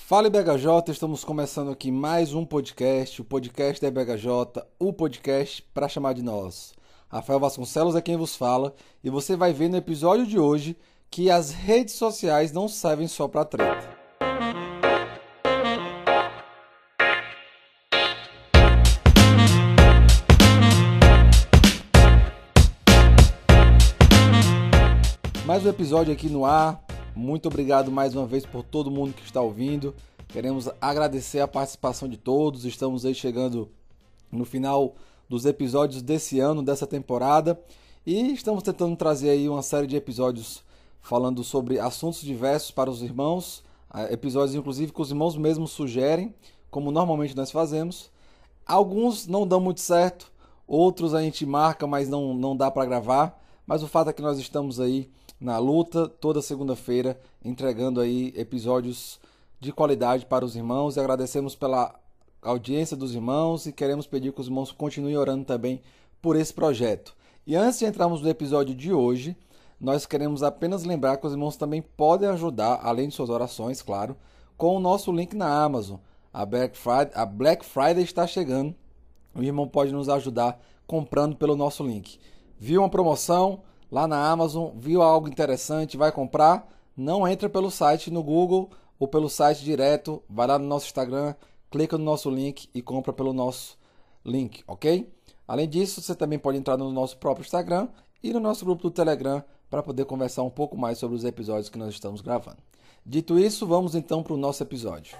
Fala IBHJ, estamos começando aqui mais um podcast, o podcast da IBHJ, o podcast para chamar de nós. Rafael Vasconcelos é quem vos fala e você vai ver no episódio de hoje que as redes sociais não servem só para treta. Mais um episódio aqui no ar. Muito obrigado mais uma vez por todo mundo que está ouvindo. Queremos agradecer a participação de todos. Estamos aí chegando no final dos episódios desse ano, dessa temporada. E estamos tentando trazer aí uma série de episódios falando sobre assuntos diversos para os irmãos. Episódios, inclusive, que os irmãos mesmos sugerem, como normalmente nós fazemos. Alguns não dão muito certo, outros a gente marca, mas não dá para gravar. Mas o fato é que nós estamos aí na luta, toda segunda-feira, entregando aí episódios de qualidade para os irmãos e agradecemos pela audiência dos irmãos e queremos pedir que os irmãos continuem orando também por esse projeto. E antes de entrarmos no episódio de hoje, nós queremos apenas lembrar que os irmãos também podem ajudar, além de suas orações, claro, com o nosso link na Amazon. A Black Friday está chegando, o irmão pode nos ajudar comprando pelo nosso link. Viu uma promoção lá na Amazon, viu algo interessante, vai comprar, não entra pelo site no Google ou pelo site direto, vai lá no nosso Instagram, clica no nosso link e compra pelo nosso link, ok? Além disso, você também pode entrar no nosso próprio Instagram e no nosso grupo do Telegram para poder conversar um pouco mais sobre os episódios que nós estamos gravando. Dito isso, vamos então para o nosso episódio.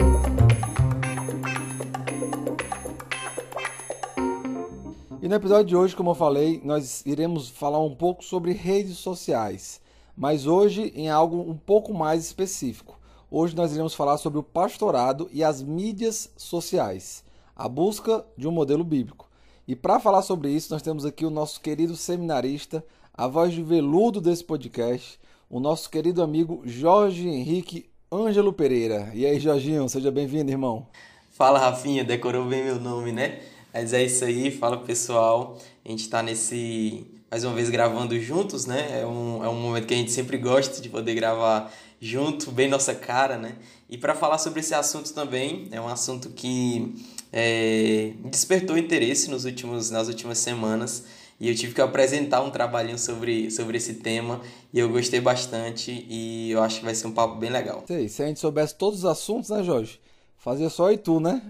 E no episódio de hoje, como eu falei, nós iremos falar um pouco sobre redes sociais, mas hoje em algo um pouco mais específico. Hoje nós iremos falar sobre o pastorado e as mídias sociais, a busca de um modelo bíblico. E para falar sobre isso, nós temos aqui o nosso querido seminarista, a voz de veludo desse podcast, o nosso querido amigo Jorge Henrique Ângelo Pereira. E aí, Jorginho, seja bem-vindo, irmão. Fala, Rafinha, decorou bem meu nome, né? Mas é isso aí, fala pessoal, a gente tá mais uma vez gravando juntos, né? É um momento que a gente sempre gosta de poder gravar junto, bem nossa cara, né? E para falar sobre esse assunto também, é um assunto que me despertou interesse nas últimas semanas e eu tive que apresentar um trabalhinho sobre esse tema e eu gostei bastante e eu acho que vai ser um papo bem legal. Sei, se a gente soubesse todos os assuntos, né, Jorge? Fazia só e tu, né?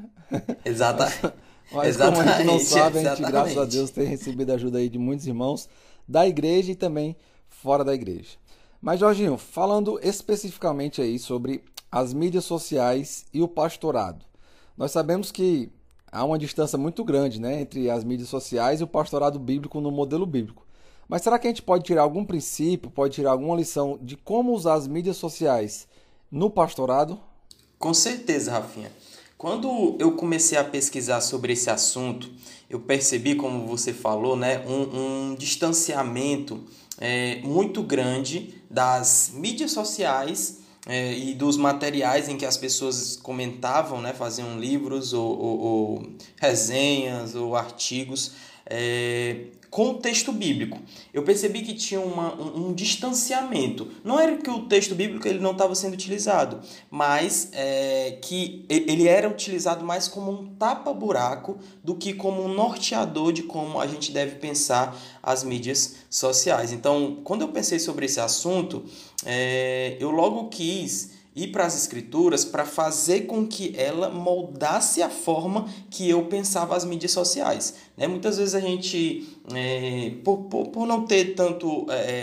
Mas como a gente não sabe, a gente, graças a Deus, tem recebido ajuda aí de muitos irmãos da igreja e também fora da igreja. Mas, Jorginho, falando especificamente aí sobre as mídias sociais e o pastorado. Nós sabemos que há uma distância muito grande, né, entre as mídias sociais e o pastorado bíblico no modelo bíblico. Mas será que a gente pode tirar algum princípio, pode tirar alguma lição de como usar as mídias sociais no pastorado? Com certeza, Rafinha. Quando eu comecei a pesquisar sobre esse assunto, eu percebi, como você falou, né, um distanciamento muito grande das mídias sociais e dos materiais em que as pessoas comentavam, né, faziam livros ou resenhas ou artigos com o texto bíblico. Eu percebi que tinha um distanciamento. Não era que o texto bíblico ele não estava sendo utilizado, mas que ele era utilizado mais como um tapa-buraco do que como um norteador de como a gente deve pensar as mídias sociais. Então, quando eu pensei sobre esse assunto, eu logo quis ir para as escrituras para fazer com que ela moldasse a forma que eu pensava as mídias sociais, né? Muitas vezes a gente, por não ter tanto,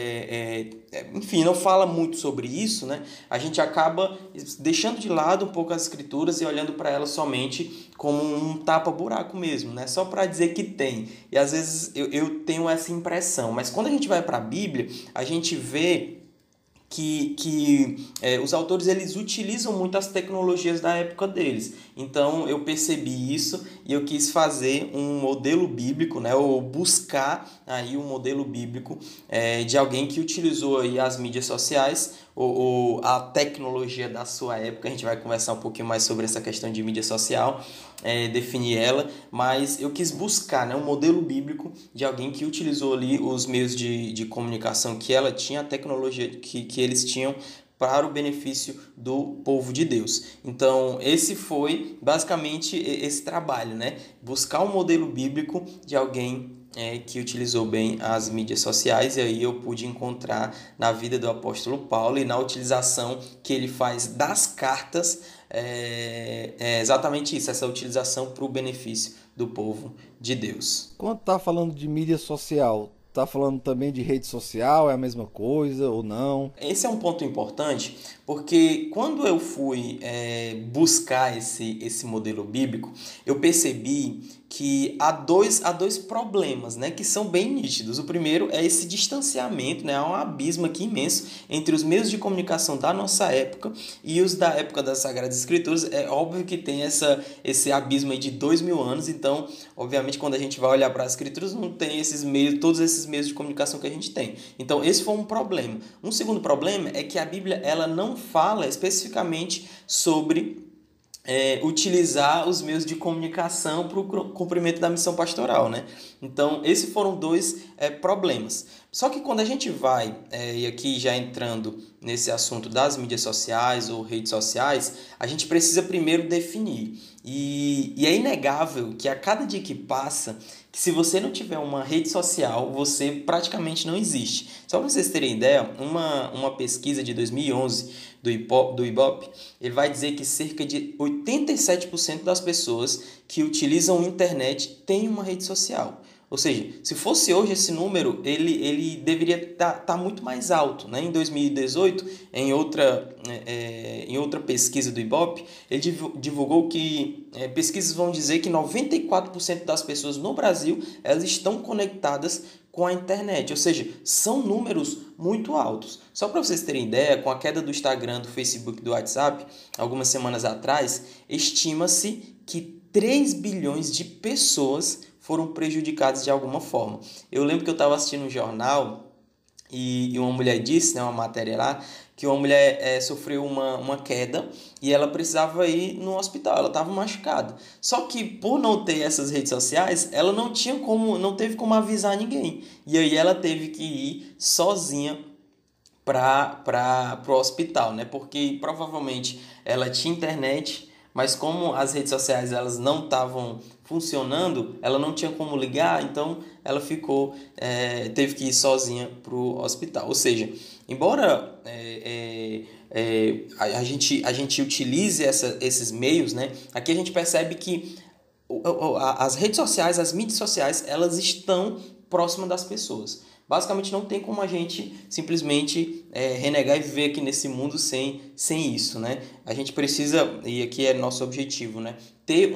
enfim, não fala muito sobre isso, né? A gente acaba deixando de lado um pouco as escrituras e olhando para elas somente como um tapa-buraco mesmo, né? Só para dizer que tem. E às vezes eu tenho essa impressão, mas quando a gente vai para a Bíblia, a gente vê que os autores eles utilizam muito as tecnologias da época deles. Então eu percebi isso e eu quis fazer um modelo bíblico, né, ou buscar aí um modelo bíblico de alguém que utilizou aí as mídias sociais ou a tecnologia da sua época. A gente vai conversar um pouquinho mais sobre essa questão de mídia social, definir ela, mas eu quis buscar, né, um modelo bíblico de alguém que utilizou ali os meios de comunicação que ela tinha, a tecnologia que eles tinham para o benefício do povo de Deus. Então, esse foi basicamente esse trabalho, né? Buscar um modelo bíblico de alguém que utilizou bem as mídias sociais, e aí eu pude encontrar na vida do apóstolo Paulo e na utilização que ele faz das cartas, exatamente isso, essa utilização para o benefício do povo de Deus. Quando tá falando de mídia social, tá falando também de rede social, é a mesma coisa ou não? Esse é um ponto importante, porque quando eu fui buscar esse modelo bíblico, eu percebi que há dois problemas, né, que são bem nítidos. O primeiro é esse distanciamento, né, há um abismo aqui imenso entre os meios de comunicação da nossa época e os da época das Sagradas Escrituras. É óbvio que tem esse abismo aí de 2000 anos, então, obviamente, quando a gente vai olhar para as Escrituras, não tem esses meios, todos esses meios de comunicação que a gente tem. Então, esse foi um problema. Um segundo problema é que a Bíblia ela não fala especificamente sobre utilizar os meios de comunicação para o cumprimento da missão pastoral, né? Então, esses foram dois problemas. Só que quando a gente vai, e aqui já entrando nesse assunto das mídias sociais ou redes sociais, a gente precisa primeiro definir. E é inegável que a cada dia que passa, que se você não tiver uma rede social, você praticamente não existe. Só para vocês terem ideia, uma pesquisa de 2011 do Ibope, ele vai dizer que cerca de 87% das pessoas que utilizam a internet têm uma rede social. Ou seja, se fosse hoje esse número, ele deveria estar muito mais alto, né? Em 2018, em outra pesquisa do Ibope, ele divulgou que pesquisas vão dizer que 94% das pessoas no Brasil elas estão conectadas com a internet, ou seja, são números muito altos. Só para vocês terem ideia, com a queda do Instagram, do Facebook, do WhatsApp, algumas semanas atrás, estima-se que 3 bilhões de pessoas foram prejudicadas de alguma forma. Eu lembro que eu estava assistindo um jornal e uma mulher disse, né, uma matéria lá, que uma mulher sofreu uma queda e ela precisava ir no hospital, ela estava machucada. Só que por não ter essas redes sociais, ela não teve como avisar ninguém. E aí ela teve que ir sozinha para o hospital, né? Porque provavelmente ela tinha internet, mas como as redes sociais elas não estavam funcionando, ela não tinha como ligar, então ela teve que ir sozinha para o hospital. Ou seja, embora a gente utilize esses meios, né? Aqui a gente percebe que as redes sociais, as mídias sociais, elas estão próximas das pessoas. Basicamente não tem como a gente simplesmente renegar e viver aqui nesse mundo sem isso, né? A gente precisa, e aqui é nosso objetivo, né? Ter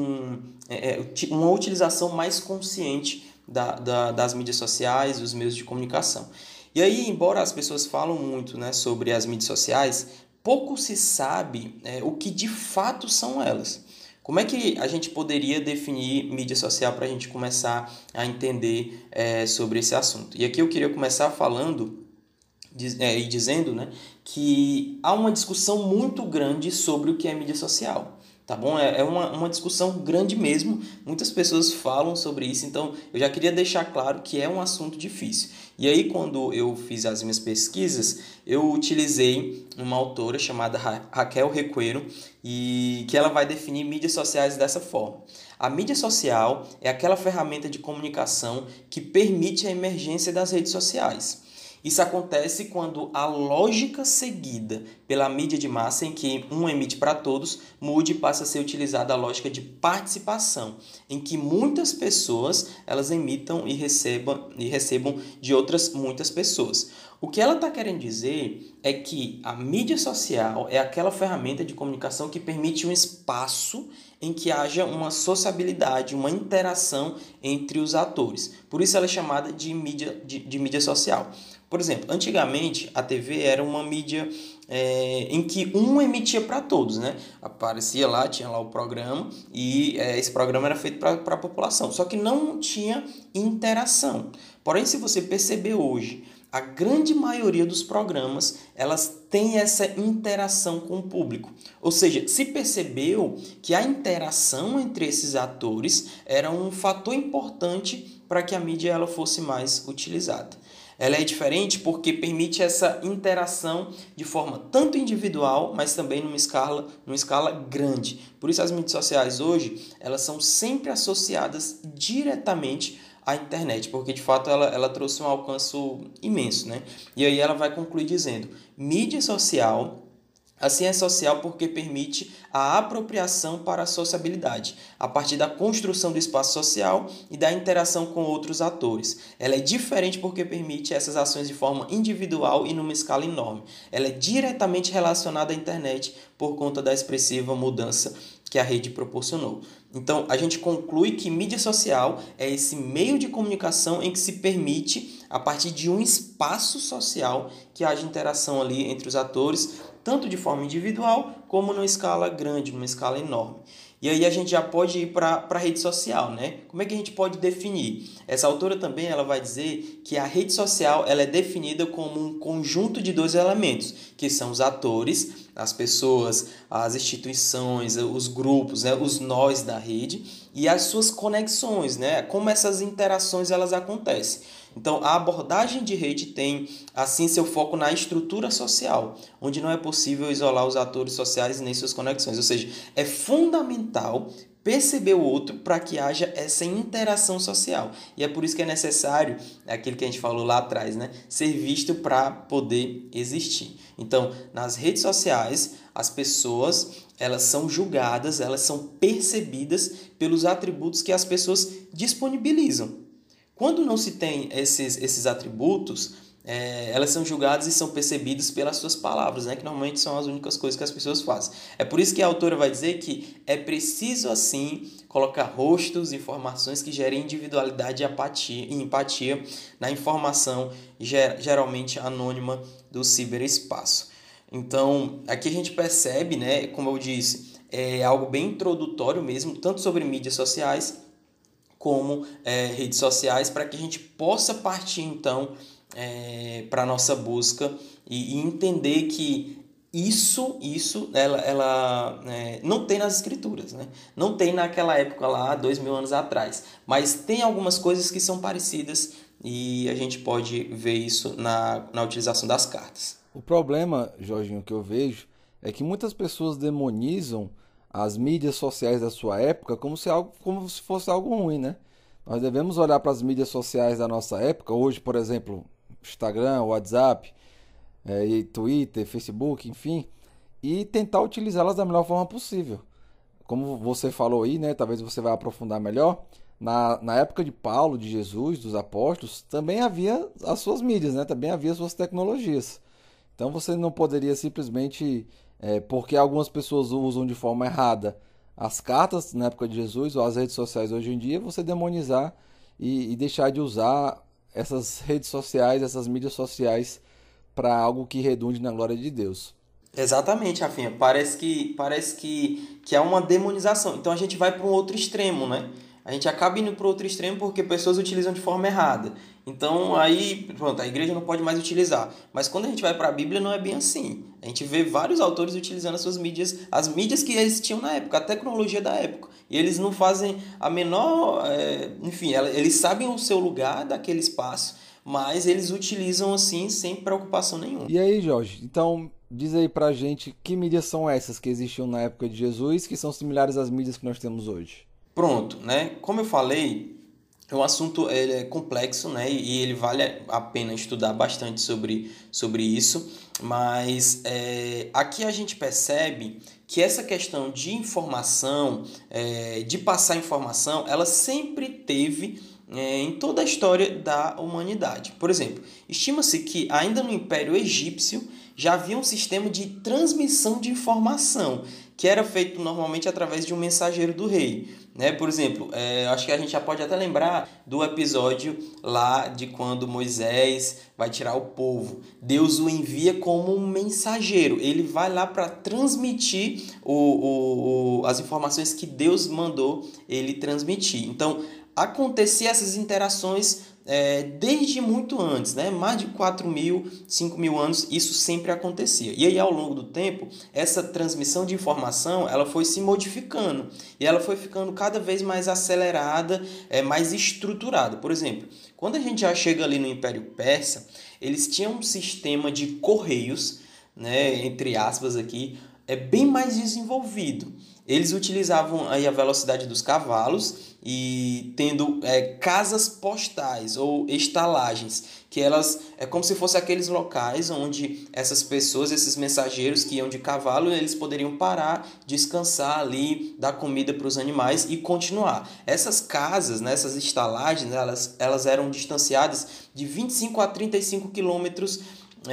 uma utilização mais consciente das mídias sociais, dos meios de comunicação. E aí, embora as pessoas falam muito, né, sobre as mídias sociais, pouco se sabe o que de fato são elas. Como é que a gente poderia definir mídia social para a gente começar a entender sobre esse assunto? E aqui eu queria começar falando e dizendo, né, que há uma discussão muito grande sobre o que é mídia social. Tá bom? É uma discussão grande mesmo, muitas pessoas falam sobre isso, então eu já queria deixar claro que é um assunto difícil. E aí quando eu fiz as minhas pesquisas, eu utilizei uma autora chamada Raquel Requeiro, e que ela vai definir mídias sociais dessa forma. A mídia social é aquela ferramenta de comunicação que permite a emergência das redes sociais. Isso acontece quando a lógica seguida pela mídia de massa, em que um emite para todos, mude e passa a ser utilizada a lógica de participação, em que muitas pessoas elas emitam e recebam de outras muitas pessoas. O que ela está querendo dizer é que a mídia social é aquela ferramenta de comunicação que permite um espaço em que haja uma sociabilidade, uma interação entre os atores. Por isso ela é chamada de mídia social. Por exemplo, antigamente a TV era uma mídia em que um emitia para todos, né? Aparecia lá, tinha lá o programa e esse programa era feito para a população, só que não tinha interação. Porém, se você perceber hoje, a grande maioria dos programas elas têm essa interação com o público. Ou seja, se percebeu que a interação entre esses atores era um fator importante para que a mídia ela fosse mais utilizada. Ela é diferente porque permite essa interação de forma tanto individual, mas também numa escala grande. Por isso as mídias sociais hoje, elas são sempre associadas diretamente à internet, porque de fato ela trouxe um alcance imenso, né? E aí ela vai concluir dizendo: mídia social, assim é social porque permite a apropriação para a sociabilidade, a partir da construção do espaço social e da interação com outros atores. Ela é diferente porque permite essas ações de forma individual e numa escala enorme. Ela é diretamente relacionada à internet por conta da expressiva mudança que a rede proporcionou. Então, a gente conclui que mídia social é esse meio de comunicação em que se permite, a partir de um espaço social, que haja interação ali entre os atores, tanto de forma individual como numa escala grande, numa escala enorme. E aí a gente já pode ir para a rede social, né? Como é que a gente pode definir? Essa autora também ela vai dizer que a rede social ela é definida como um conjunto de dois elementos, que são os atores, as pessoas, as instituições, os grupos, né? Os nós da rede e as suas conexões, né? Como essas interações elas acontecem. Então, a abordagem de rede tem, assim, seu foco na estrutura social, onde não é possível isolar os atores sociais nem suas conexões. Ou seja, é fundamental perceber o outro para que haja essa interação social. E é por isso que é necessário, aquilo que a gente falou lá atrás, né? Ser visto para poder existir. Então, nas redes sociais, as pessoas elas são julgadas, elas são percebidas pelos atributos que as pessoas disponibilizam. Quando não se tem esses atributos, elas são julgadas e são percebidas pelas suas palavras, né? Que normalmente são as únicas coisas que as pessoas fazem. É por isso que a autora vai dizer que é preciso, assim, colocar rostos, informações que gerem individualidade e empatia na informação geralmente anônima do ciberespaço. Então, aqui a gente percebe, né, como eu disse, é algo bem introdutório mesmo, tanto sobre mídias sociais, como redes sociais, para que a gente possa partir, então, para a nossa busca e entender que isso ela não tem nas escrituras, né? Não tem naquela época lá, 2000 anos atrás, mas tem algumas coisas que são parecidas e a gente pode ver isso na utilização das cartas. O problema, Jorginho, que eu vejo é que muitas pessoas demonizam as mídias sociais da sua época como se fosse algo ruim, né? Nós devemos olhar para as mídias sociais da nossa época, hoje, por exemplo, Instagram, WhatsApp, e Twitter, Facebook, enfim, e tentar utilizá-las da melhor forma possível. Como você falou aí, né? Talvez você vai aprofundar melhor. Na época de Paulo, de Jesus, dos apóstolos, também havia as suas mídias, né? Também havia as suas tecnologias. Então você não poderia simplesmente, porque algumas pessoas usam de forma errada as cartas na época de Jesus ou as redes sociais hoje em dia, você demonizar e deixar de usar essas redes sociais, essas mídias sociais para algo que redunde na glória de Deus. Exatamente, Rafinha. Parece que é uma demonização. Então a gente vai para um outro extremo, né? A gente acaba indo para o outro extremo porque pessoas utilizam de forma errada. Então aí, pronto, a igreja não pode mais utilizar. Mas quando a gente vai para a Bíblia não é bem assim. A gente vê vários autores utilizando as suas mídias, as mídias que eles tinham na época, a tecnologia da época. E eles não fazem a menor... enfim, eles sabem o seu lugar daquele espaço, mas eles utilizam assim sem preocupação nenhuma. E aí, Jorge, então diz aí pra gente que mídias são essas que existiam na época de Jesus que são similares às mídias que nós temos hoje? Pronto, né? Como eu falei, o assunto ele é complexo, né? E ele vale a pena estudar bastante sobre isso, mas aqui a gente percebe que essa questão de informação, de passar informação, ela sempre teve em toda a história da humanidade. Por exemplo, estima-se que ainda no Império Egípcio já havia um sistema de transmissão de informação, que era feito normalmente através de um mensageiro do rei. Né? Por exemplo, acho que a gente já pode até lembrar do episódio lá de quando Moisés vai tirar o povo. Deus o envia como um mensageiro. Ele vai lá para transmitir as informações que Deus mandou ele transmitir. Então, acontecia essas interações desde muito antes, né? Mais de 4.000, 5.000 anos, isso sempre acontecia. E aí, ao longo do tempo, essa transmissão de informação ela foi se modificando e ela foi ficando cada vez mais acelerada, mais estruturada. Por exemplo, quando a gente já chega ali no Império Persa, eles tinham um sistema de correios, né, entre aspas aqui, bem mais desenvolvido. Eles utilizavam aí a velocidade dos cavalos e tendo casas postais ou estalagens, que elas é como se fossem aqueles locais onde essas pessoas, esses mensageiros que iam de cavalo, eles poderiam parar, descansar ali, dar comida para os animais e continuar. Essas casas, né, essas estalagens, elas eram distanciadas de 25 a 35 quilômetros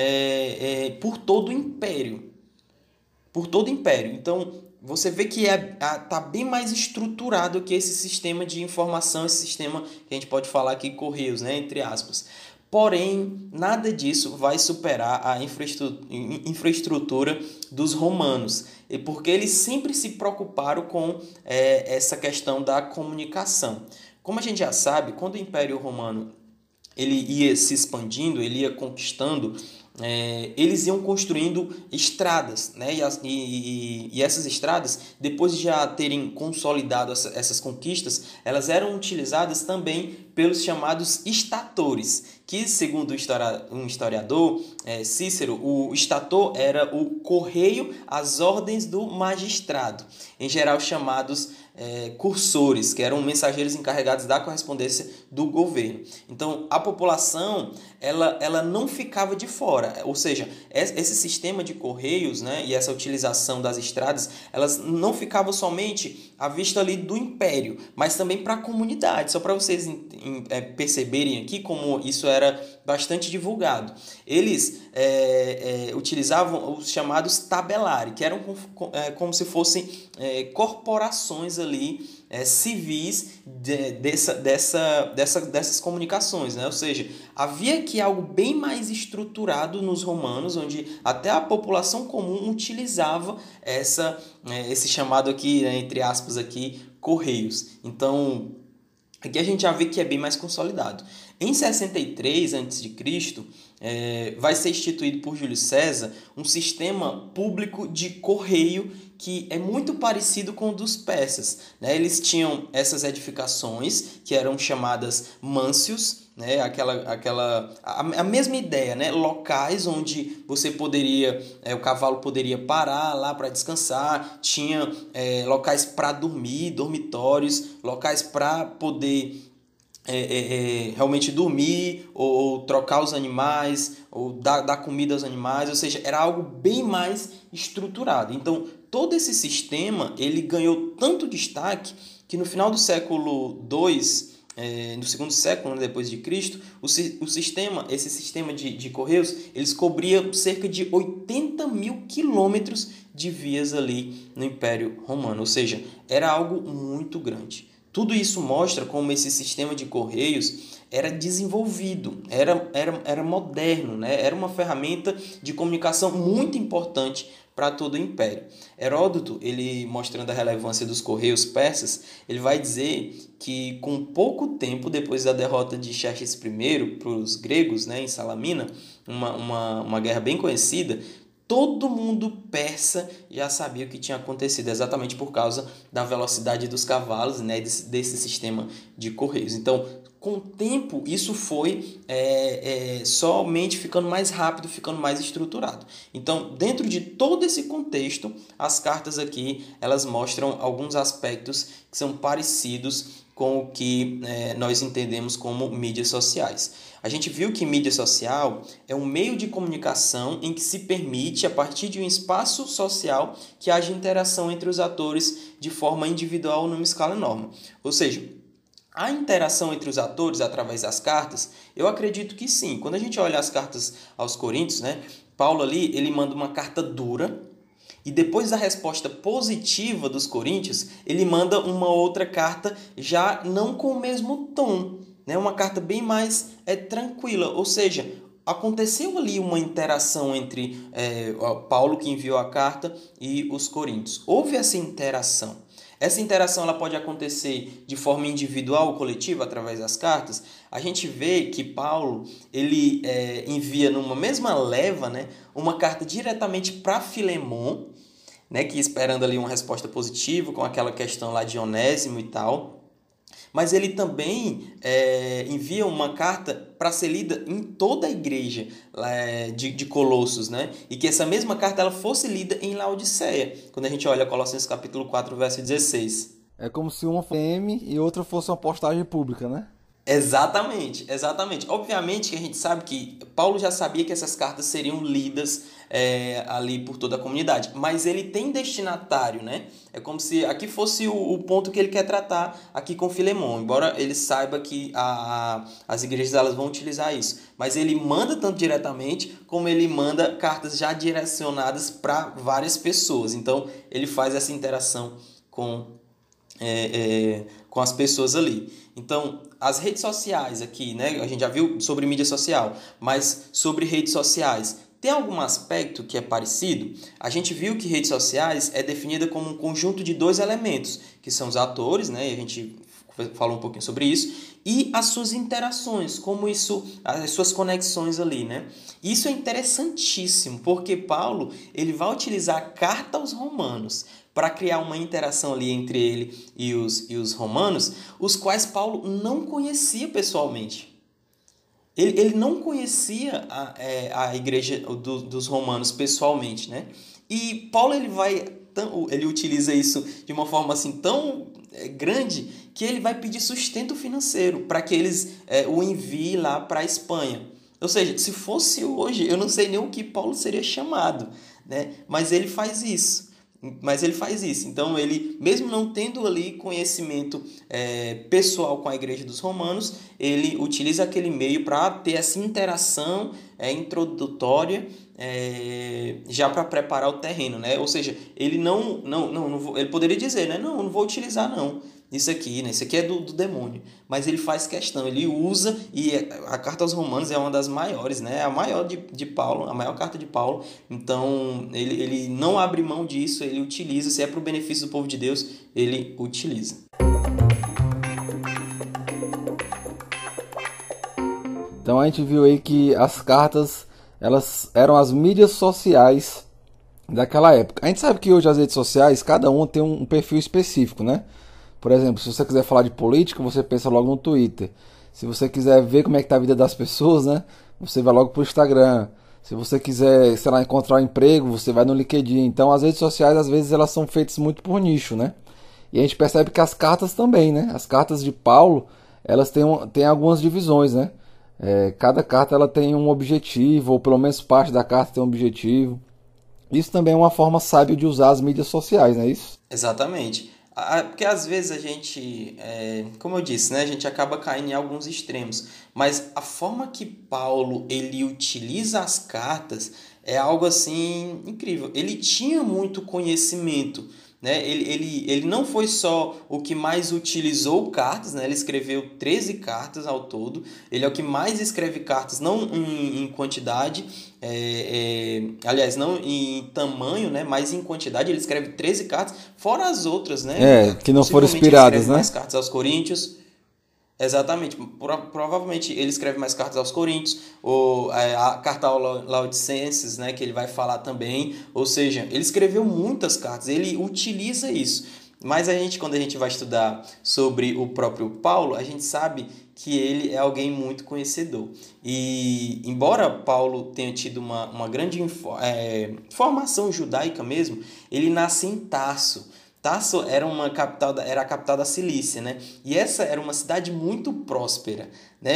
por todo o império. Por todo o império. Então, você vê que tá bem mais estruturado que esse sistema de informação, esse sistema que a gente pode falar aqui, correios, né, entre aspas. Porém, nada disso vai superar a infraestrutura dos romanos, porque eles sempre se preocuparam com essa questão da comunicação. Como a gente já sabe, quando o Império Romano ele ia se expandindo, ele ia conquistando, eles iam construindo estradas, né? E essas estradas, depois de já terem consolidado essas conquistas, elas eram utilizadas também pelos chamados estatores, que segundo um historiador, Cícero, o estator era o correio às ordens do magistrado, em geral chamados cursores, que eram mensageiros encarregados da correspondência do governo. Então, a população ela não ficava de fora, ou seja, esse sistema de correios, né, e essa utilização das estradas, elas não ficavam somente à vista ali do império, mas também para a comunidade. Só para vocês perceberem aqui como isso era bastante divulgado. Eles utilizavam os chamados tabelari, que eram como se fossem corporações ali civis dessas comunicações, né? Ou seja, havia aqui algo bem mais estruturado nos romanos, onde até a população comum utilizava esse chamado aqui, né, entre aspas aqui, correios. Então, aqui a gente já vê que é bem mais consolidado. Em 63 a.C., vai ser instituído por Júlio César um sistema público de correio que é muito parecido com o dos persas, né? Eles tinham essas edificações que eram chamadas mâncios, né? A mesma ideia, né? Locais onde você poderia, o cavalo poderia parar lá para descansar, tinha locais para dormir, dormitórios, locais para poder realmente dormir ou trocar os animais ou dar comida aos animais, ou seja, era algo bem mais estruturado. Então, todo esse sistema ele ganhou tanto destaque que no final do século II, no segundo século, né, depois de Cristo, esse sistema de correios, eles cobriam cerca de 80.000 quilômetros de vias ali no Império Romano, ou seja, era algo muito grande. Tudo isso mostra como esse sistema de correios era desenvolvido, era moderno, né? Era uma ferramenta de comunicação muito importante para todo o império. Heródoto, ele mostrando a relevância dos correios persas, ele vai dizer que com pouco tempo depois da derrota de Xerxes I para os gregos, né, em Salamina, uma guerra bem conhecida, todo mundo persa já sabia o que tinha acontecido, exatamente por causa da velocidade dos cavalos, né, desse sistema de correios. Então, com o tempo, isso foi somente ficando mais rápido, ficando mais estruturado. Então, dentro de todo esse contexto, as cartas aqui elas mostram alguns aspectos que são parecidos com o que nós entendemos como mídias sociais. A gente viu que mídia social é um meio de comunicação em que se permite, a partir de um espaço social, que haja interação entre os atores de forma individual numa escala enorme. Ou seja, a interação entre os atores através das cartas, eu acredito que sim. Quando a gente olha as cartas aos Coríntios, né, Paulo ali ele manda uma carta dura, e depois da resposta positiva dos coríntios, ele manda uma outra carta já não com o mesmo tom, né? Uma carta bem mais tranquila, ou seja, aconteceu ali uma interação entre Paulo que enviou a carta e os coríntios. Houve essa interação. Essa interação ela pode acontecer de forma individual ou coletiva através das cartas. A gente vê que Paulo ele envia numa mesma leva, né, uma carta diretamente para Filemon, né, que esperando ali uma resposta positiva com aquela questão lá de Onésimo e tal. Mas ele também envia uma carta para ser lida em toda a igreja de Colossos, né? E que essa mesma carta ela fosse lida em Laodiceia, quando a gente olha Colossenses capítulo 4, verso 16. É como se uma fosse M e outra fosse uma postagem pública, né? Exatamente, exatamente. Obviamente que a gente sabe que Paulo já sabia que essas cartas seriam lidas ali por toda a comunidade, mas ele tem destinatário, né? É como se aqui fosse o ponto que ele quer tratar aqui com Filemon, embora ele saiba que as igrejas elas vão utilizar isso, mas ele manda tanto diretamente como ele manda cartas já direcionadas para várias pessoas. Então ele faz essa interação com as pessoas ali. Então, as redes sociais aqui, né? A gente já viu sobre mídia social, mas sobre redes sociais, tem algum aspecto que é parecido? A gente viu que redes sociais é definida como um conjunto de dois elementos, que são os atores, né? E a gente falou um pouquinho sobre isso, e as suas interações, como isso, as suas conexões ali, né? Isso é interessantíssimo, porque Paulo ele vai utilizar a carta aos Romanos para criar uma interação ali entre ele e os romanos, os quais Paulo não conhecia pessoalmente. Ele não conhecia a igreja dos romanos pessoalmente, né? E Paulo ele utiliza isso de uma forma assim tão grande que ele vai pedir sustento financeiro para que eles o enviem lá para a Espanha. Ou seja, se fosse hoje, eu não sei nem o que Paulo seria chamado, né? Mas ele faz isso. Então, ele, mesmo não tendo ali conhecimento pessoal com a igreja dos romanos, ele utiliza aquele meio para ter essa interação introdutória, já para preparar o terreno, né? Ou seja, ele ele poderia dizer, né? Não vou utilizar não. Isso aqui, né? Isso aqui é do demônio. Mas ele faz questão, ele usa, e a carta aos Romanos é uma das maiores, né? A maior de Paulo, a maior carta de Paulo. Então, ele não abre mão disso, ele utiliza, se é para o benefício do povo de Deus, ele utiliza. Então a gente viu aí que as cartas, elas eram as mídias sociais daquela época. A gente sabe que hoje as redes sociais, cada uma tem um perfil específico, né? Por exemplo, se você quiser falar de política, você pensa logo no Twitter. Se você quiser ver como é que tá a vida das pessoas, né? Você vai logo pro Instagram. Se você quiser, sei lá, encontrar um emprego, você vai no LinkedIn. Então, as redes sociais, às vezes, elas são feitas muito por nicho, né? E a gente percebe que as cartas também, né? As cartas de Paulo, elas têm algumas divisões, né? Cada carta ela tem um objetivo, ou pelo menos parte da carta tem um objetivo. Isso também é uma forma sábia de usar as mídias sociais, não é isso? Exatamente. Porque às vezes a gente, como eu disse, né, a gente acaba caindo em alguns extremos, mas a forma que Paulo ele utiliza as cartas é algo assim incrível. Ele tinha muito conhecimento, né? Ele não foi só o que mais utilizou cartas, né? Ele escreveu 13 cartas ao todo. Ele é o que mais escreve cartas, não em quantidade, aliás, não em tamanho, né? Mas em quantidade. Ele escreve 13 cartas, fora as outras, né? Que não foram Possivelmente inspiradas, ele escreve né? mais cartas aos Coríntios. Exatamente. Provavelmente ele escreve mais cartas aos Coríntios, ou a carta aos Laodicenses, né, que ele vai falar também. Ou seja, ele escreveu muitas cartas, ele utiliza isso. Mas quando a gente vai estudar sobre o próprio Paulo, a gente sabe que ele é alguém muito conhecedor. E embora Paulo tenha tido uma grande formação judaica mesmo, ele nasce em Tarso. Tarso era a capital da Cilícia, né? E essa era uma cidade muito próspera, né?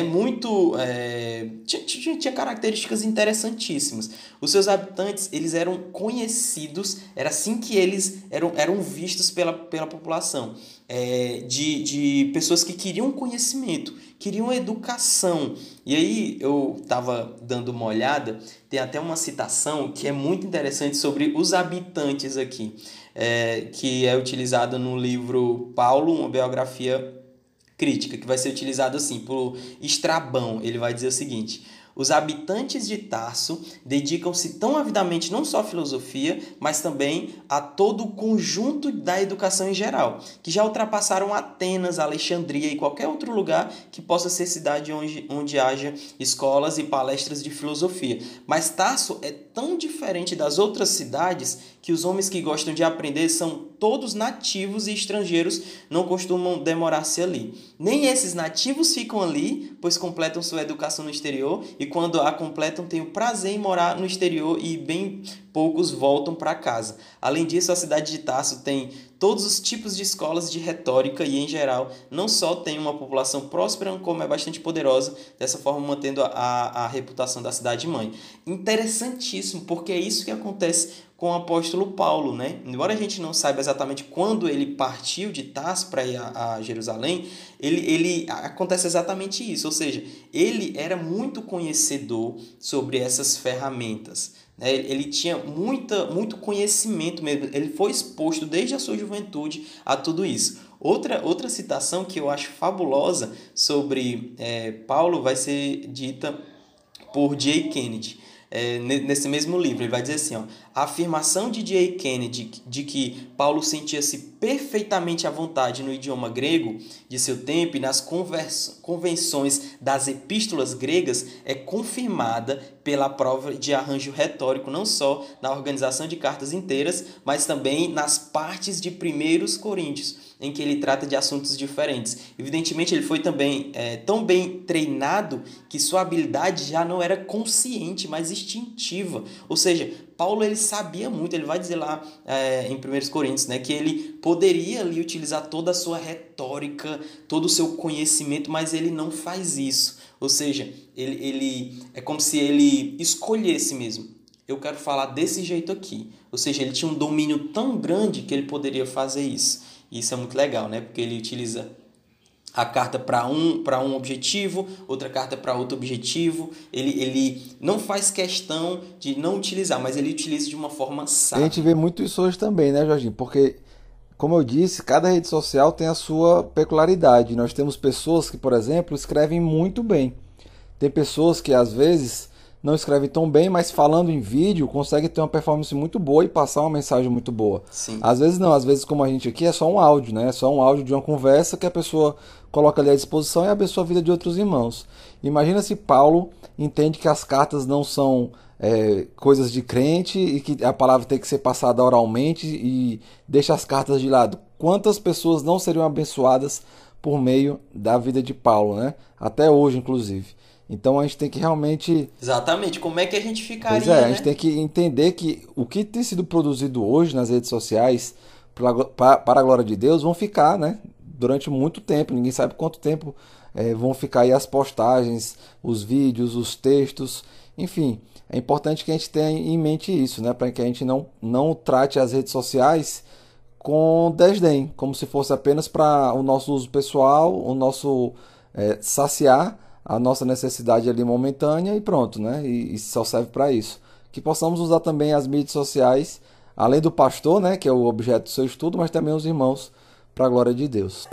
Tinha características interessantíssimas. Os seus habitantes, eles eram conhecidos, era assim que eles eram vistos pela população, de pessoas que queriam conhecimento, queriam educação. E aí eu estava dando uma olhada, tem até uma citação que é muito interessante sobre os habitantes aqui. Que é utilizado no livro Paulo, uma biografia crítica, que vai ser utilizado assim por Estrabão. Ele vai dizer o seguinte: Os habitantes de Tarso dedicam-se tão avidamente não só à filosofia, mas também a todo o conjunto da educação em geral, que já ultrapassaram Atenas, Alexandria e qualquer outro lugar que possa ser cidade onde haja escolas e palestras de filosofia. Mas Tarso é tão diferente das outras cidades que os homens que gostam de aprender são todos nativos e estrangeiros, não costumam demorar-se ali. Nem esses nativos ficam ali, pois completam sua educação no exterior, e quando a completam têm o prazer em morar no exterior e bem poucos voltam para casa. Além disso, a cidade de Tarso tem todos os tipos de escolas de retórica e, em geral, não só tem uma população próspera, como é bastante poderosa, dessa forma mantendo a reputação da cidade-mãe. Interessantíssimo, porque é isso que acontece com o apóstolo Paulo, né? Embora a gente não saiba exatamente quando ele partiu de Tarso para ir a Jerusalém, ele acontece exatamente isso, ou seja, ele era muito conhecedor sobre essas ferramentas, né? Ele tinha muito conhecimento mesmo, ele foi exposto desde a sua juventude a tudo isso. Outra citação que eu acho fabulosa sobre Paulo vai ser dita por J. Kennedy. Nesse mesmo livro, ele vai dizer assim, ó, a afirmação de J. Kennedy de que Paulo sentia-se perfeitamente à vontade no idioma grego de seu tempo e nas convenções das epístolas gregas é confirmada pela prova de arranjo retórico, não só na organização de cartas inteiras, mas também nas partes de 1 Coríntios, em que ele trata de assuntos diferentes. Evidentemente, ele foi também tão bem treinado que sua habilidade já não era consciente, mas instintiva. Ou seja, Paulo ele sabia muito, ele vai dizer lá em 1 Coríntios, né, que ele poderia ali utilizar toda a sua retórica, todo o seu conhecimento, mas ele não faz isso. Ou seja, ele é como se ele escolhesse mesmo. Eu quero falar desse jeito aqui. Ou seja, ele tinha um domínio tão grande que ele poderia fazer isso. E isso é muito legal, né? Porque ele utiliza a carta para um objetivo, outra carta para outro objetivo. Ele não faz questão de não utilizar, mas ele utiliza de uma forma sábia. A gente vê muito isso hoje também, né, Jorginho? Porque, como eu disse, cada rede social tem a sua peculiaridade. Nós temos pessoas que, por exemplo, escrevem muito bem. Tem pessoas que, às vezes, não escrevem tão bem, mas falando em vídeo, conseguem ter uma performance muito boa e passar uma mensagem muito boa. Sim. Às vezes não, às vezes como a gente aqui é só um áudio, né? É só um áudio de uma conversa que a pessoa coloca ali à disposição e abençoa a vida de outros irmãos. Imagina se Paulo entende que as cartas não são coisas de crente e que a palavra tem que ser passada oralmente e deixa as cartas de lado. Quantas pessoas não seriam abençoadas por meio da vida de Paulo, né? Até hoje, inclusive. Então a gente tem que realmente... Exatamente, como é que a gente ficaria, Pois é, a né? gente tem que entender que o que tem sido produzido hoje nas redes sociais para a glória de Deus vão ficar, né? Durante muito tempo, ninguém sabe quanto tempo vão ficar aí as postagens, os vídeos, os textos, enfim. É importante que a gente tenha em mente isso, né? Para que a gente não trate as redes sociais com desdém, como se fosse apenas para o nosso uso pessoal, o nosso saciar a nossa necessidade ali momentânea e pronto, né? E só serve para isso. Que possamos usar também as mídias sociais, além do pastor, né, que é o objeto do seu estudo, mas também os irmãos, para a glória de Deus.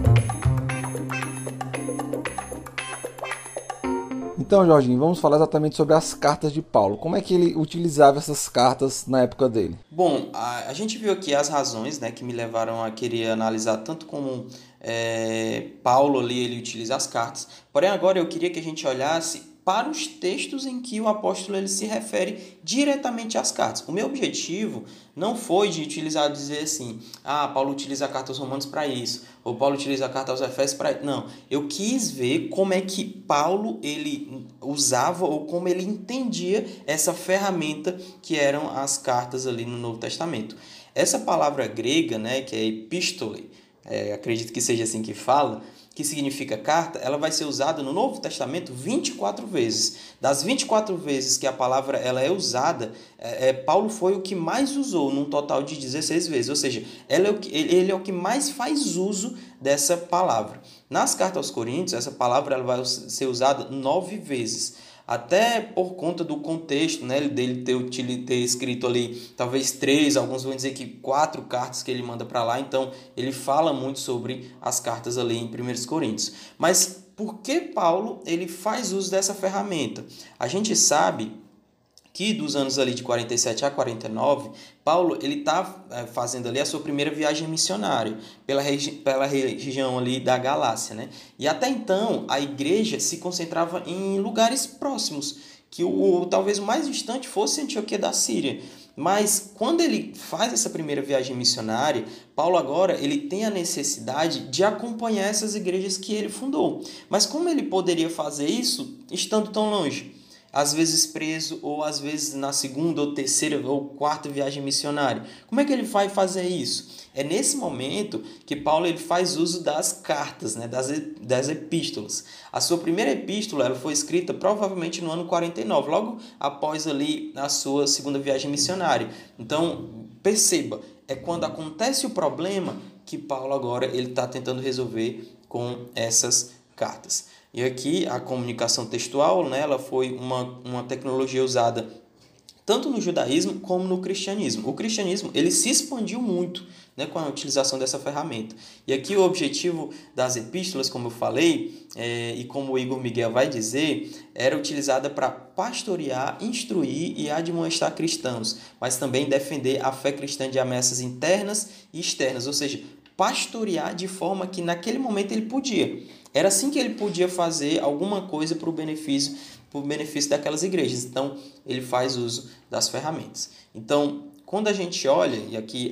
Então, Jorginho, vamos falar exatamente sobre as cartas de Paulo. Como é que ele utilizava essas cartas na época dele? Bom, a gente viu aqui as razões, né, que me levaram a querer analisar tanto como Paulo ali ele utiliza as cartas. Porém, agora eu queria que a gente olhasse para os textos em que o apóstolo ele se refere diretamente às cartas. O meu objetivo não foi de utilizar, dizer assim, Paulo utiliza a carta aos Romanos para isso, ou Paulo utiliza a carta aos Efésios para isso. Não, eu quis ver como é que Paulo ele usava ou como ele entendia essa ferramenta que eram as cartas ali no Novo Testamento. Essa palavra grega, né, que é epístole, acredito que seja assim que fala, que significa carta, ela vai ser usada no Novo Testamento 24 vezes. Das 24 vezes que a palavra ela é usada, Paulo foi o que mais usou, num total de 16 vezes. Ou seja, ele é o que mais faz uso dessa palavra. Nas cartas aos Coríntios, essa palavra ela vai ser usada 9 vezes. até por conta do contexto, né, dele ter escrito ali talvez 3, alguns vão dizer que 4 cartas que ele manda para lá, então ele fala muito sobre as cartas ali em 1 Coríntios. Mas por que Paulo ele faz uso dessa ferramenta? A gente sabe que dos anos ali de 47 a 49, Paulo ele está fazendo ali a sua primeira viagem missionária pela região ali da Galácia, né? E até então a igreja se concentrava em lugares próximos, que talvez o mais distante fosse Antioquia da Síria. Mas quando ele faz essa primeira viagem missionária, Paulo agora ele tem a necessidade de acompanhar essas igrejas que ele fundou. Mas como ele poderia fazer isso estando tão longe? Às vezes preso, ou às vezes na segunda, ou terceira, ou quarta viagem missionária. Como é que ele vai fazer isso? É nesse momento que Paulo ele faz uso das cartas, né, das epístolas. A sua primeira epístola ela foi escrita provavelmente no ano 49, logo após ali a sua segunda viagem missionária. Então, perceba, é quando acontece o problema que Paulo agora ele está tentando resolver com essas cartas. E aqui a comunicação textual, né, ela foi uma tecnologia usada tanto no judaísmo como no cristianismo. O cristianismo ele se expandiu muito, né, com a utilização dessa ferramenta. E aqui o objetivo das epístolas, como eu falei, e como o Igor Miguel vai dizer, era utilizada para pastorear, instruir e admoestar cristãos, mas também defender a fé cristã de ameaças internas e externas, ou seja, pastorear de forma que naquele momento ele podia. Era assim que ele podia fazer alguma coisa para o benefício daquelas igrejas. Então, ele faz uso das ferramentas. Então, quando a gente olha, e aqui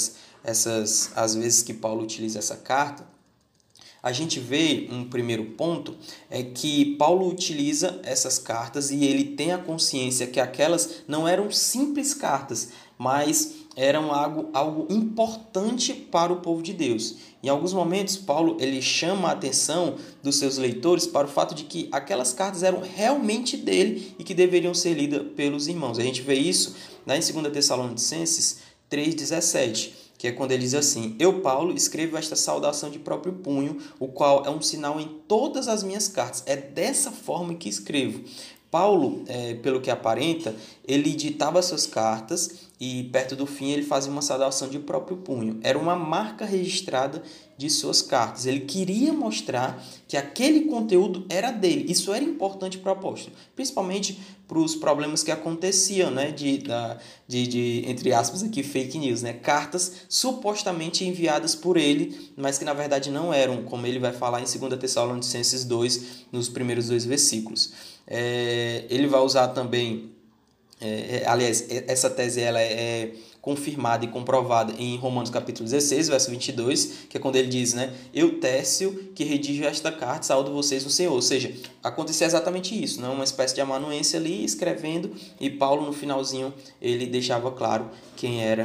as vezes que Paulo utiliza essa carta, a gente vê um primeiro ponto, é que Paulo utiliza essas cartas e ele tem a consciência que aquelas não eram simples cartas, mas eram algo importante para o povo de Deus. Em alguns momentos, Paulo ele chama a atenção dos seus leitores para o fato de que aquelas cartas eram realmente dele e que deveriam ser lidas pelos irmãos. A gente vê isso lá em 2 Tessalonicenses 3,17, que é quando ele diz assim: Eu, Paulo, escrevo esta saudação de próprio punho, o qual é um sinal em todas as minhas cartas. É dessa forma que escrevo. Paulo, pelo que aparenta, ele ditava suas cartas e perto do fim ele fazia uma saudação de próprio punho. Era uma marca registrada de suas cartas. Ele queria mostrar que aquele conteúdo era dele. Isso era importante para o apóstolo, principalmente para os problemas que aconteciam, né, de entre aspas aqui, fake news, né, cartas supostamente enviadas por ele, mas que na verdade não eram, como ele vai falar em 2 Tessalonicenses 2, nos primeiros 2 versículos. Ele vai usar também, aliás, essa tese ela é confirmada e comprovada em Romanos capítulo 16, verso 22, que é quando ele diz, né, Eu, Tércio, que redijo esta carta, saúdo vocês no Senhor. Ou seja, acontecia exatamente isso, né? Uma espécie de amanuense ali escrevendo, e Paulo no finalzinho ele deixava claro quem era,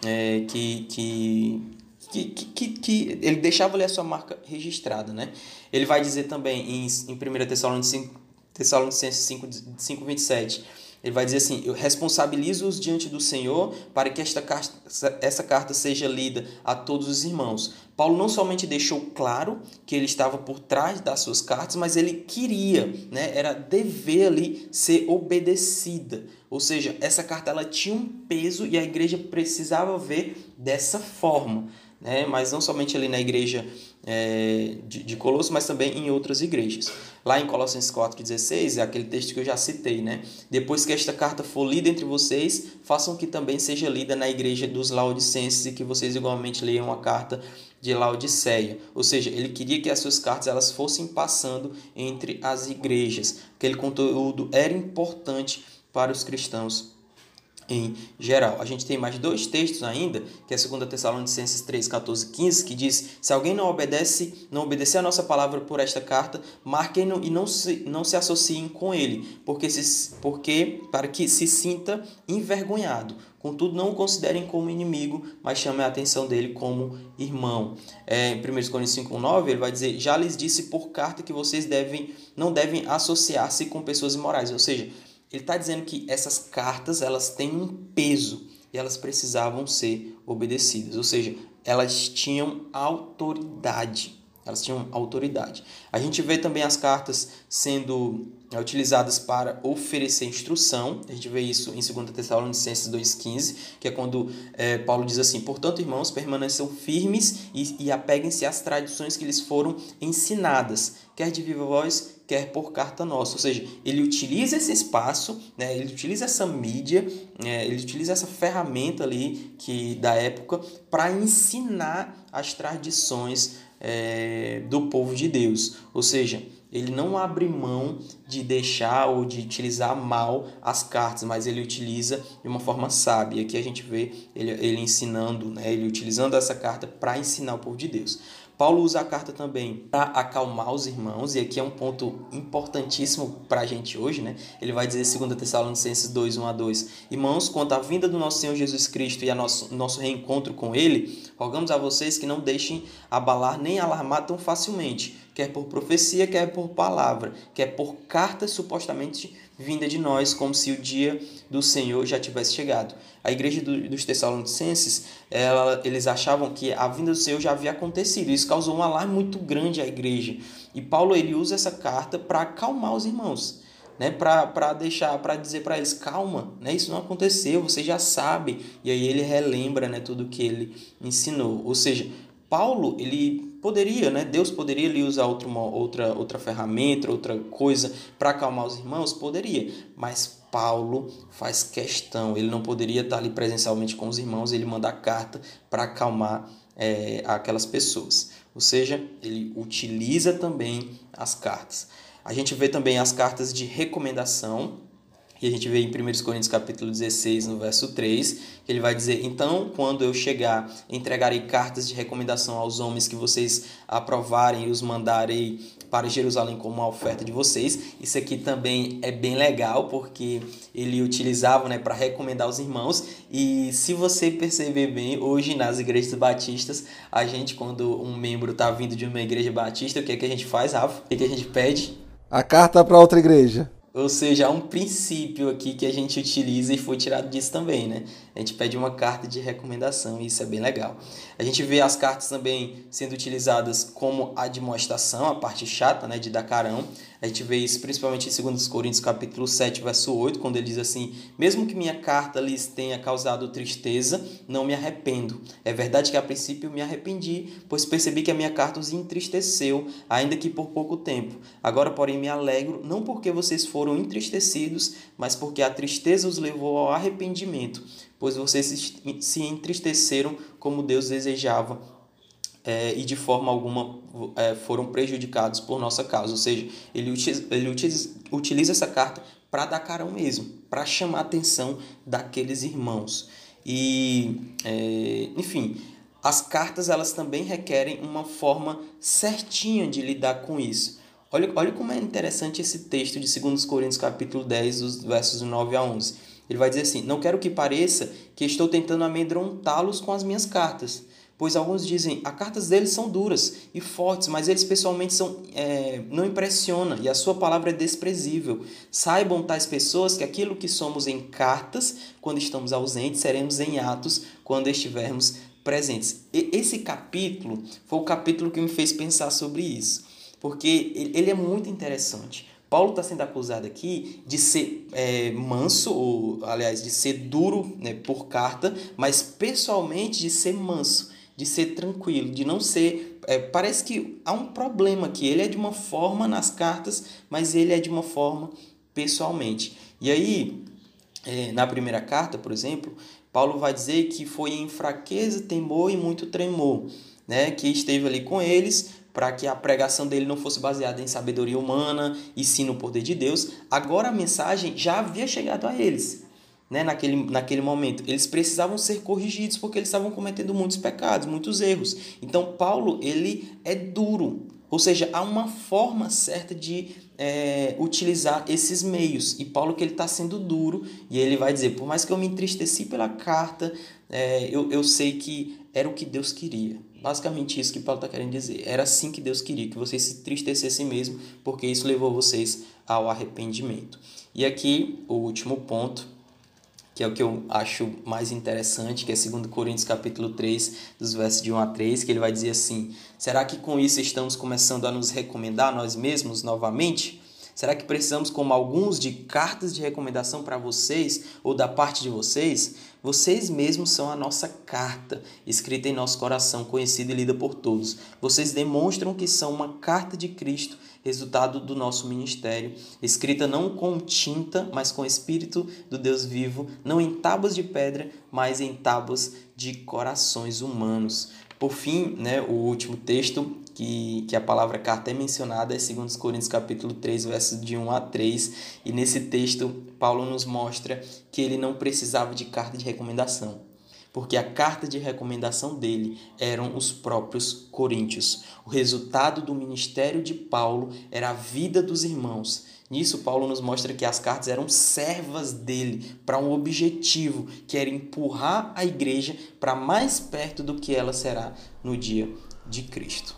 que ele deixava ali a sua marca registrada, né? Ele vai dizer também em 1 Tessalonicenses 5:27, ele vai dizer assim: Eu responsabilizo-os diante do Senhor para que essa carta seja lida a todos os irmãos. Paulo não somente deixou claro que ele estava por trás das suas cartas, mas ele queria, né, era dever ali ser obedecida. Ou seja, essa carta ela tinha um peso e a igreja precisava ver dessa forma, né? Mas não somente ali na igreja de Colosso, mas também em outras igrejas. Lá em Colossenses 4,16, é aquele texto que eu já citei, né? Depois que esta carta for lida entre vocês, façam que também seja lida na igreja dos Laodicenses e que vocês igualmente leiam a carta de Laodiceia. Ou seja, ele queria que as suas cartas elas fossem passando entre as igrejas. Aquele conteúdo era importante para os cristãos em geral. A gente tem mais 2 textos ainda, que é 2 Tessalonicenses 3, 14, 15, que diz: Se alguém não obedecer a nossa palavra por esta carta, marquem-no e não se associem com ele, para que se sinta envergonhado. Contudo, não o considerem como inimigo, mas chamem a atenção dele como irmão. Em 1 Coríntios 5:9, ele vai dizer: Já lhes disse por carta que vocês não devem associar-se com pessoas imorais. Ou seja, ele está dizendo que essas cartas elas têm um peso e elas precisavam ser obedecidas. Ou seja, elas tinham autoridade. elas tinham autoridade. A gente vê também as cartas sendo utilizadas para oferecer instrução. A gente vê isso em 2 Tessalonicenses 2,15, que é quando Paulo diz assim: portanto, irmãos, permaneçam firmes e apeguem-se às tradições que lhes foram ensinadas, quer de viva voz, quer por carta nossa. Ou seja, ele utiliza esse espaço, né, ele utiliza essa mídia, ele utiliza essa ferramenta ali da época para ensinar as tradições do povo de Deus. Ou seja, ele não abre mão de deixar ou de utilizar mal as cartas, mas ele utiliza de uma forma sábia. Aqui a gente vê ele ensinando, né, ele utilizando essa carta para ensinar o povo de Deus. Paulo usa a carta também para acalmar os irmãos, e aqui é um ponto importantíssimo para a gente hoje, né? Ele vai dizer em 2 Tessalonicenses 2, 1-2: irmãos, quanto à vinda do nosso Senhor Jesus Cristo e a nosso reencontro com Ele, rogamos a vocês que não deixem abalar nem alarmar tão facilmente, quer por profecia, quer por palavra, quer por carta supostamente vinda de nós, como se o dia do Senhor já tivesse chegado. A igreja dos Tessalonicenses, eles achavam que a vinda do Senhor já havia acontecido. Isso causou um alarme muito grande à igreja. E Paulo ele usa essa carta para acalmar os irmãos, né? Para dizer para eles: calma, né? Isso não aconteceu, você já sabe. E aí ele relembra, né, tudo que ele ensinou. Ou seja, Paulo, ele poderia, né? Deus poderia ali usar outra ferramenta, outra coisa para acalmar os irmãos? Poderia, mas Paulo faz questão, ele não poderia estar ali presencialmente com os irmãos, ele manda a carta para acalmar aquelas pessoas. Ou seja, ele utiliza também as cartas. A gente vê também as cartas de recomendação, que a gente vê em 1 Coríntios capítulo 16, no verso 3, que ele vai dizer: então, quando eu chegar, entregarei cartas de recomendação aos homens que vocês aprovarem e os mandarei para Jerusalém como uma oferta de vocês. Isso aqui também é bem legal, porque ele utilizava, né, para recomendar os irmãos. E se você perceber bem, hoje nas igrejas batistas, a gente, quando um membro está vindo de uma igreja batista, o que é que a gente faz, Rafa? O que é que a gente pede? A carta para outra igreja. Ou seja, há um princípio aqui que a gente utiliza e foi tirado disso também, né? A gente pede uma carta de recomendação e isso é bem legal. A gente vê as cartas também sendo utilizadas como admoestação, a parte chata, né, de dar carão. A gente vê isso principalmente em 2 Coríntios capítulo 7, verso 8, quando ele diz assim: mesmo que minha carta lhes tenha causado tristeza, não me arrependo. É verdade que a princípio me arrependi, pois percebi que a minha carta os entristeceu, ainda que por pouco tempo. Agora, porém, me alegro, não porque vocês foram entristecidos, mas porque a tristeza os levou ao arrependimento, pois vocês se entristeceram como Deus desejava, e de forma alguma foram prejudicados por nossa causa. Ou seja, ele utiliza essa carta para dar carão mesmo, para chamar a atenção daqueles irmãos. E, enfim, as cartas elas também requerem uma forma certinha de lidar com isso. Olha como é interessante esse texto de 2 Coríntios capítulo 10, dos versos 9 a 11. Ele vai dizer assim: não quero que pareça que estou tentando amedrontá-los com as minhas cartas, pois alguns dizem: as cartas deles são duras e fortes, mas eles pessoalmente não impressionam e a sua palavra é desprezível. Saibam tais pessoas que aquilo que somos em cartas, quando estamos ausentes, seremos em atos quando estivermos presentes. E esse capítulo foi o capítulo que me fez pensar sobre isso, porque ele é muito interessante. Paulo está sendo acusado aqui de ser manso, ou aliás, de ser duro, né, por carta, mas pessoalmente de ser manso, de ser tranquilo, de não ser... parece que há um problema aqui. Ele é de uma forma nas cartas, mas ele é de uma forma pessoalmente. E aí, na primeira carta, por exemplo, Paulo vai dizer que foi em fraqueza, temor e muito tremor, né, que esteve ali com eles, para que a pregação dele não fosse baseada em sabedoria humana e sim no poder de Deus. Agora a mensagem já havia chegado a eles, né? Naquele momento. Eles precisavam ser corrigidos porque eles estavam cometendo muitos pecados, muitos erros. Então Paulo ele é duro, ou seja, há uma forma certa de utilizar esses meios. E Paulo que ele está sendo duro e ele vai dizer: por mais que eu me entristeci pela carta, eu sei que era o que Deus queria. Basicamente isso que Paulo está querendo dizer. Era assim que Deus queria, que vocês se entristecessem mesmo, porque isso levou vocês ao arrependimento. E aqui, o último ponto, que é o que eu acho mais interessante, que é 2 Coríntios capítulo 3, dos versos de 1 a 3, que ele vai dizer assim: será que com isso estamos começando a nos recomendar a nós mesmos novamente? Será que precisamos, como alguns, de cartas de recomendação para vocês ou da parte de vocês? Vocês mesmos são a nossa carta, escrita em nosso coração, conhecida e lida por todos. Vocês demonstram que são uma carta de Cristo, resultado do nosso ministério, escrita não com tinta, mas com o Espírito do Deus vivo, não em tábuas de pedra, mas em tábuas de corações humanos. Por fim, né, o último texto que a palavra carta é mencionada é 2 Coríntios capítulo 3, versos de 1 a 3, e nesse texto Paulo nos mostra que ele não precisava de carta de recomendação, porque a carta de recomendação dele eram os próprios coríntios. O resultado do ministério de Paulo era a vida dos irmãos. Nisso, Paulo nos mostra que as cartas eram servas dele para um objetivo, que era empurrar a igreja para mais perto do que ela será no dia de Cristo.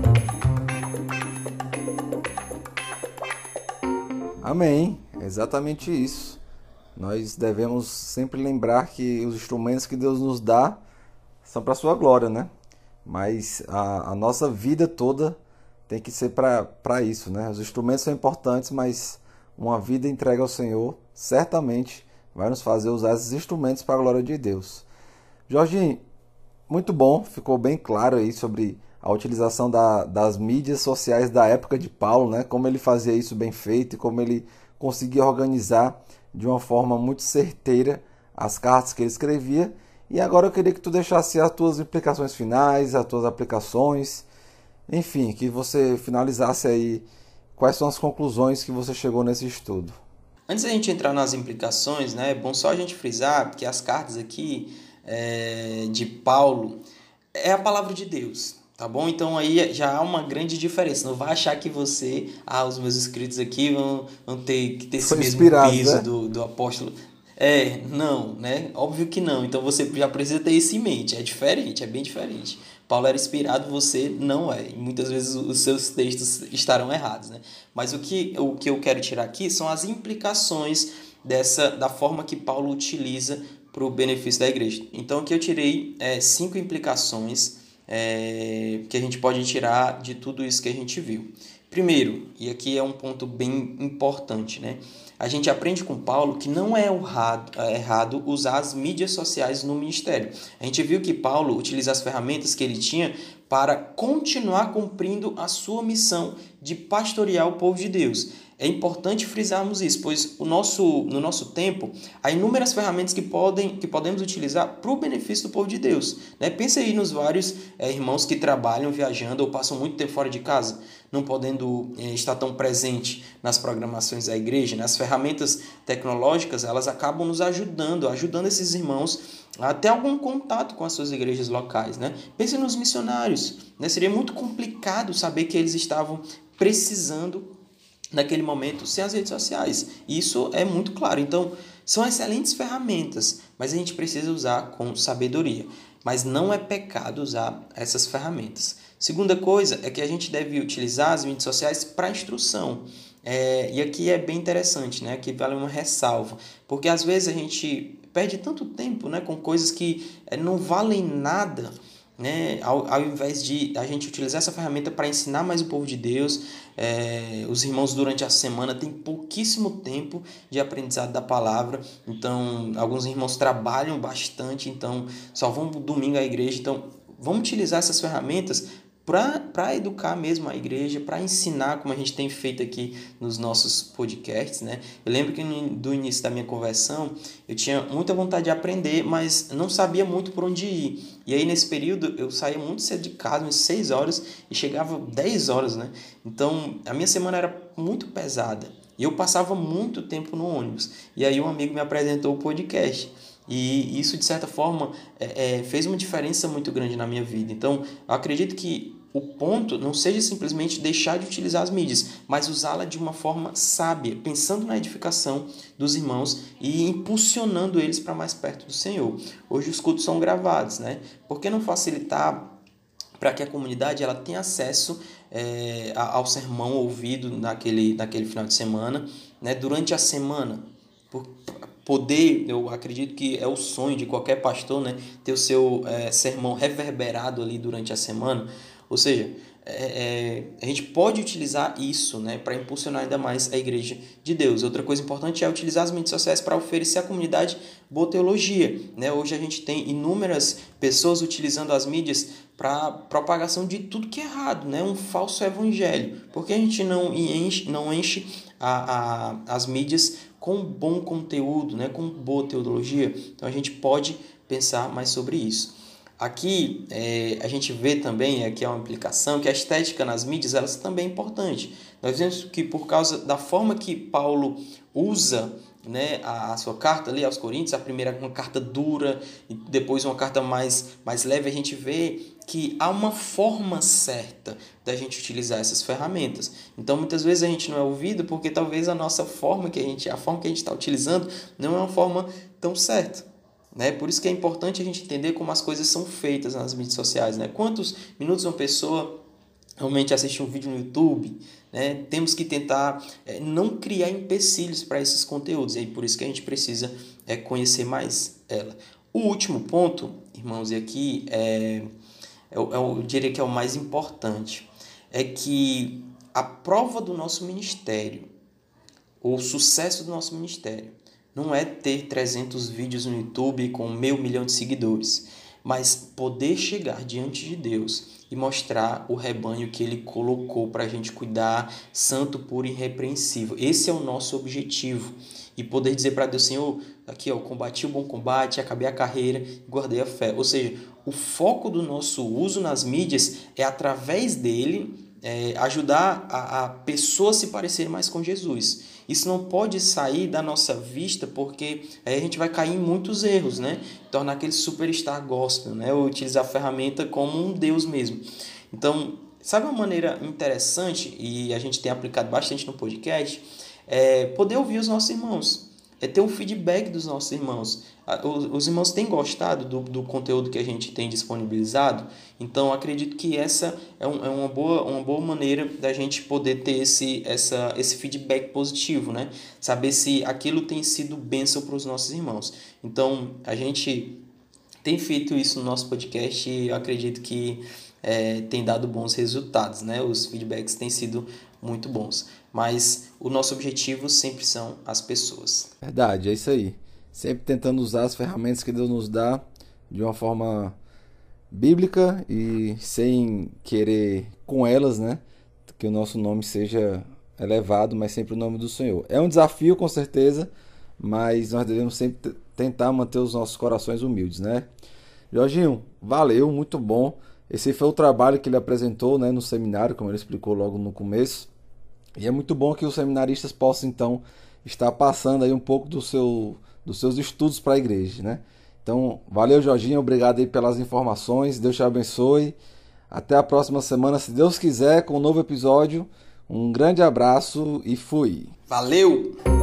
Amém, é exatamente isso. Nós devemos sempre lembrar que os instrumentos que Deus nos dá são para a sua glória, né? Mas a nossa vida toda tem que ser para isso, né? Os instrumentos são importantes, mas uma vida entregue ao Senhor certamente vai nos fazer usar esses instrumentos para a glória de Deus. Jorginho, muito bom, ficou bem claro aí sobre a utilização das mídias sociais da época de Paulo, né? Como ele fazia isso bem feito e como ele conseguia organizar de uma forma muito certeira as cartas que ele escrevia. E agora eu queria que tu deixasse as tuas implicações finais, as tuas aplicações, enfim, que você finalizasse aí quais são as conclusões que você chegou nesse estudo. Antes da gente entrar nas implicações, né, é bom só a gente frisar que as cartas aqui de Paulo é a palavra de Deus, tá bom? Então aí já há uma grande diferença. Não vai achar que os meus escritos aqui vão ter que ter esse mesmo peso, né, do apóstolo. Não, né? Óbvio que não. Então você já precisa ter isso em mente. É diferente, é bem diferente. Paulo era inspirado, você não é. E muitas vezes os seus textos estarão errados, né? Mas o que eu quero tirar aqui são as implicações da forma que Paulo utiliza para o benefício da igreja. Então aqui eu tirei 5 implicações que a gente pode tirar de tudo isso que a gente viu. Primeiro, e aqui é um ponto bem importante, né? A gente aprende com Paulo que não é errado usar as mídias sociais no ministério. A gente viu que Paulo utiliza as ferramentas que ele tinha para continuar cumprindo a sua missão de pastorear o povo de Deus. É importante frisarmos isso, pois no nosso tempo há inúmeras ferramentas que podemos utilizar para o benefício do povo de Deus, né? Pensa aí nos vários irmãos que trabalham viajando ou passam muito tempo fora de casa, não podendo estar tão presente nas programações da igreja, né? As ferramentas tecnológicas, elas acabam nos ajudando esses irmãos a ter algum contato com as suas igrejas locais, né? Pense nos missionários, né? Seria muito complicado saber que eles estavam precisando naquele momento sem as redes sociais. Isso é muito claro. Então, são excelentes ferramentas, mas a gente precisa usar com sabedoria. Mas não é pecado usar essas ferramentas. Segunda coisa é que a gente deve utilizar as mídias sociais para instrução. E aqui é bem interessante, né? Aqui vale uma ressalva, porque às vezes a gente perde tanto tempo, né, com coisas que não valem nada, né, ao invés de a gente utilizar essa ferramenta para ensinar mais o povo de Deus. Os irmãos durante a semana têm pouquíssimo tempo de aprendizado da palavra, então alguns irmãos trabalham bastante, então só vão domingo à igreja. Então vamos utilizar essas ferramentas para educar mesmo a igreja, para ensinar, como a gente tem feito aqui nos nossos podcasts, né? Eu lembro que do início da minha conversão, eu tinha muita vontade de aprender, mas não sabia muito por onde ir. E aí, nesse período, eu saía muito cedo de casa, umas 6 horas, e chegava 10 horas, né? Então, a minha semana era muito pesada. E eu passava muito tempo no ônibus. E aí, um amigo me apresentou o podcast. E isso, de certa forma, fez uma diferença muito grande na minha vida. Então, eu acredito que o ponto não seja simplesmente deixar de utilizar as mídias, mas usá-la de uma forma sábia, pensando na edificação dos irmãos e impulsionando eles para mais perto do Senhor. Hoje os cultos são gravados, né? Por que não facilitar para que a comunidade ela tenha acesso ao sermão ouvido naquele final de semana, né? Durante a semana? poder, eu acredito que é o sonho de qualquer pastor, né, ter o seu sermão reverberado ali durante a semana. Ou seja, a gente pode utilizar isso, né, para impulsionar ainda mais a igreja de Deus. Outra coisa importante é utilizar as mídias sociais para oferecer à comunidade boa teologia, né? Hoje a gente tem inúmeras pessoas utilizando as mídias para propagação de tudo que é errado, né? Um falso evangelho. Porque a gente não enche as mídias com bom conteúdo, né? Com boa teologia. Então a gente pode pensar mais sobre isso. Aqui a gente vê também, aqui é uma implicação, que a estética nas mídias ela também é importante. Nós vemos que por causa da forma que Paulo usa, né, a sua carta ali aos Coríntios, a primeira uma carta dura e depois uma carta mais leve, a gente vê que há uma forma certa da gente utilizar essas ferramentas. Então muitas vezes a gente não é ouvido porque talvez a forma que a gente está utilizando não é uma forma tão certa. Né? Por isso que é importante a gente entender como as coisas são feitas nas mídias sociais. Né? Quantos minutos uma pessoa realmente assiste um vídeo no YouTube? Né? Temos que tentar não criar empecilhos para esses conteúdos. E por isso que a gente precisa conhecer mais ela. O último ponto, irmãos, e aqui eu diria que é o mais importante, é que a prova do nosso ministério, ou o sucesso do nosso ministério, não é ter 300 vídeos no YouTube com 500 mil de seguidores, mas poder chegar diante de Deus e mostrar o rebanho que Ele colocou para a gente cuidar, santo, puro e irrepreensível. Esse é o nosso objetivo. E poder dizer para Deus, Senhor, aqui eu combati o bom combate, acabei a carreira e guardei a fé. Ou seja, o foco do nosso uso nas mídias é através dele ajudar a pessoa a se parecer mais com Jesus. Isso não pode sair da nossa vista, porque aí a gente vai cair em muitos erros, né? Tornar aquele superstar gospel, né? Ou utilizar a ferramenta como um Deus mesmo. Então, sabe uma maneira interessante, e a gente tem aplicado bastante no podcast, poder ouvir os nossos irmãos, ter um feedback dos nossos irmãos. Os irmãos têm gostado do conteúdo que a gente tem disponibilizado, então acredito que essa é uma boa maneira da gente poder ter esse feedback positivo, né? Saber se aquilo tem sido bênção para os nossos irmãos. Então a gente tem feito isso no nosso podcast e eu acredito que tem dado bons resultados, né? Os feedbacks têm sido muito bons, mas o nosso objetivo sempre são as pessoas. Verdade, é isso aí. Sempre tentando usar as ferramentas que Deus nos dá de uma forma bíblica e sem querer com elas, né, que o nosso nome seja elevado, mas sempre o nome do Senhor. É um desafio, com certeza, mas nós devemos sempre tentar manter os nossos corações humildes, né? Jorginho, valeu, muito bom. Esse foi o trabalho que ele apresentou, né, no seminário, como ele explicou logo no começo. E é muito bom que os seminaristas possam, então, estar passando aí um pouco dos seus estudos para a igreja, né? Então, valeu, Jorginho, obrigado aí pelas informações, Deus te abençoe. Até a próxima semana, se Deus quiser, com um novo episódio. Um grande abraço e fui! Valeu!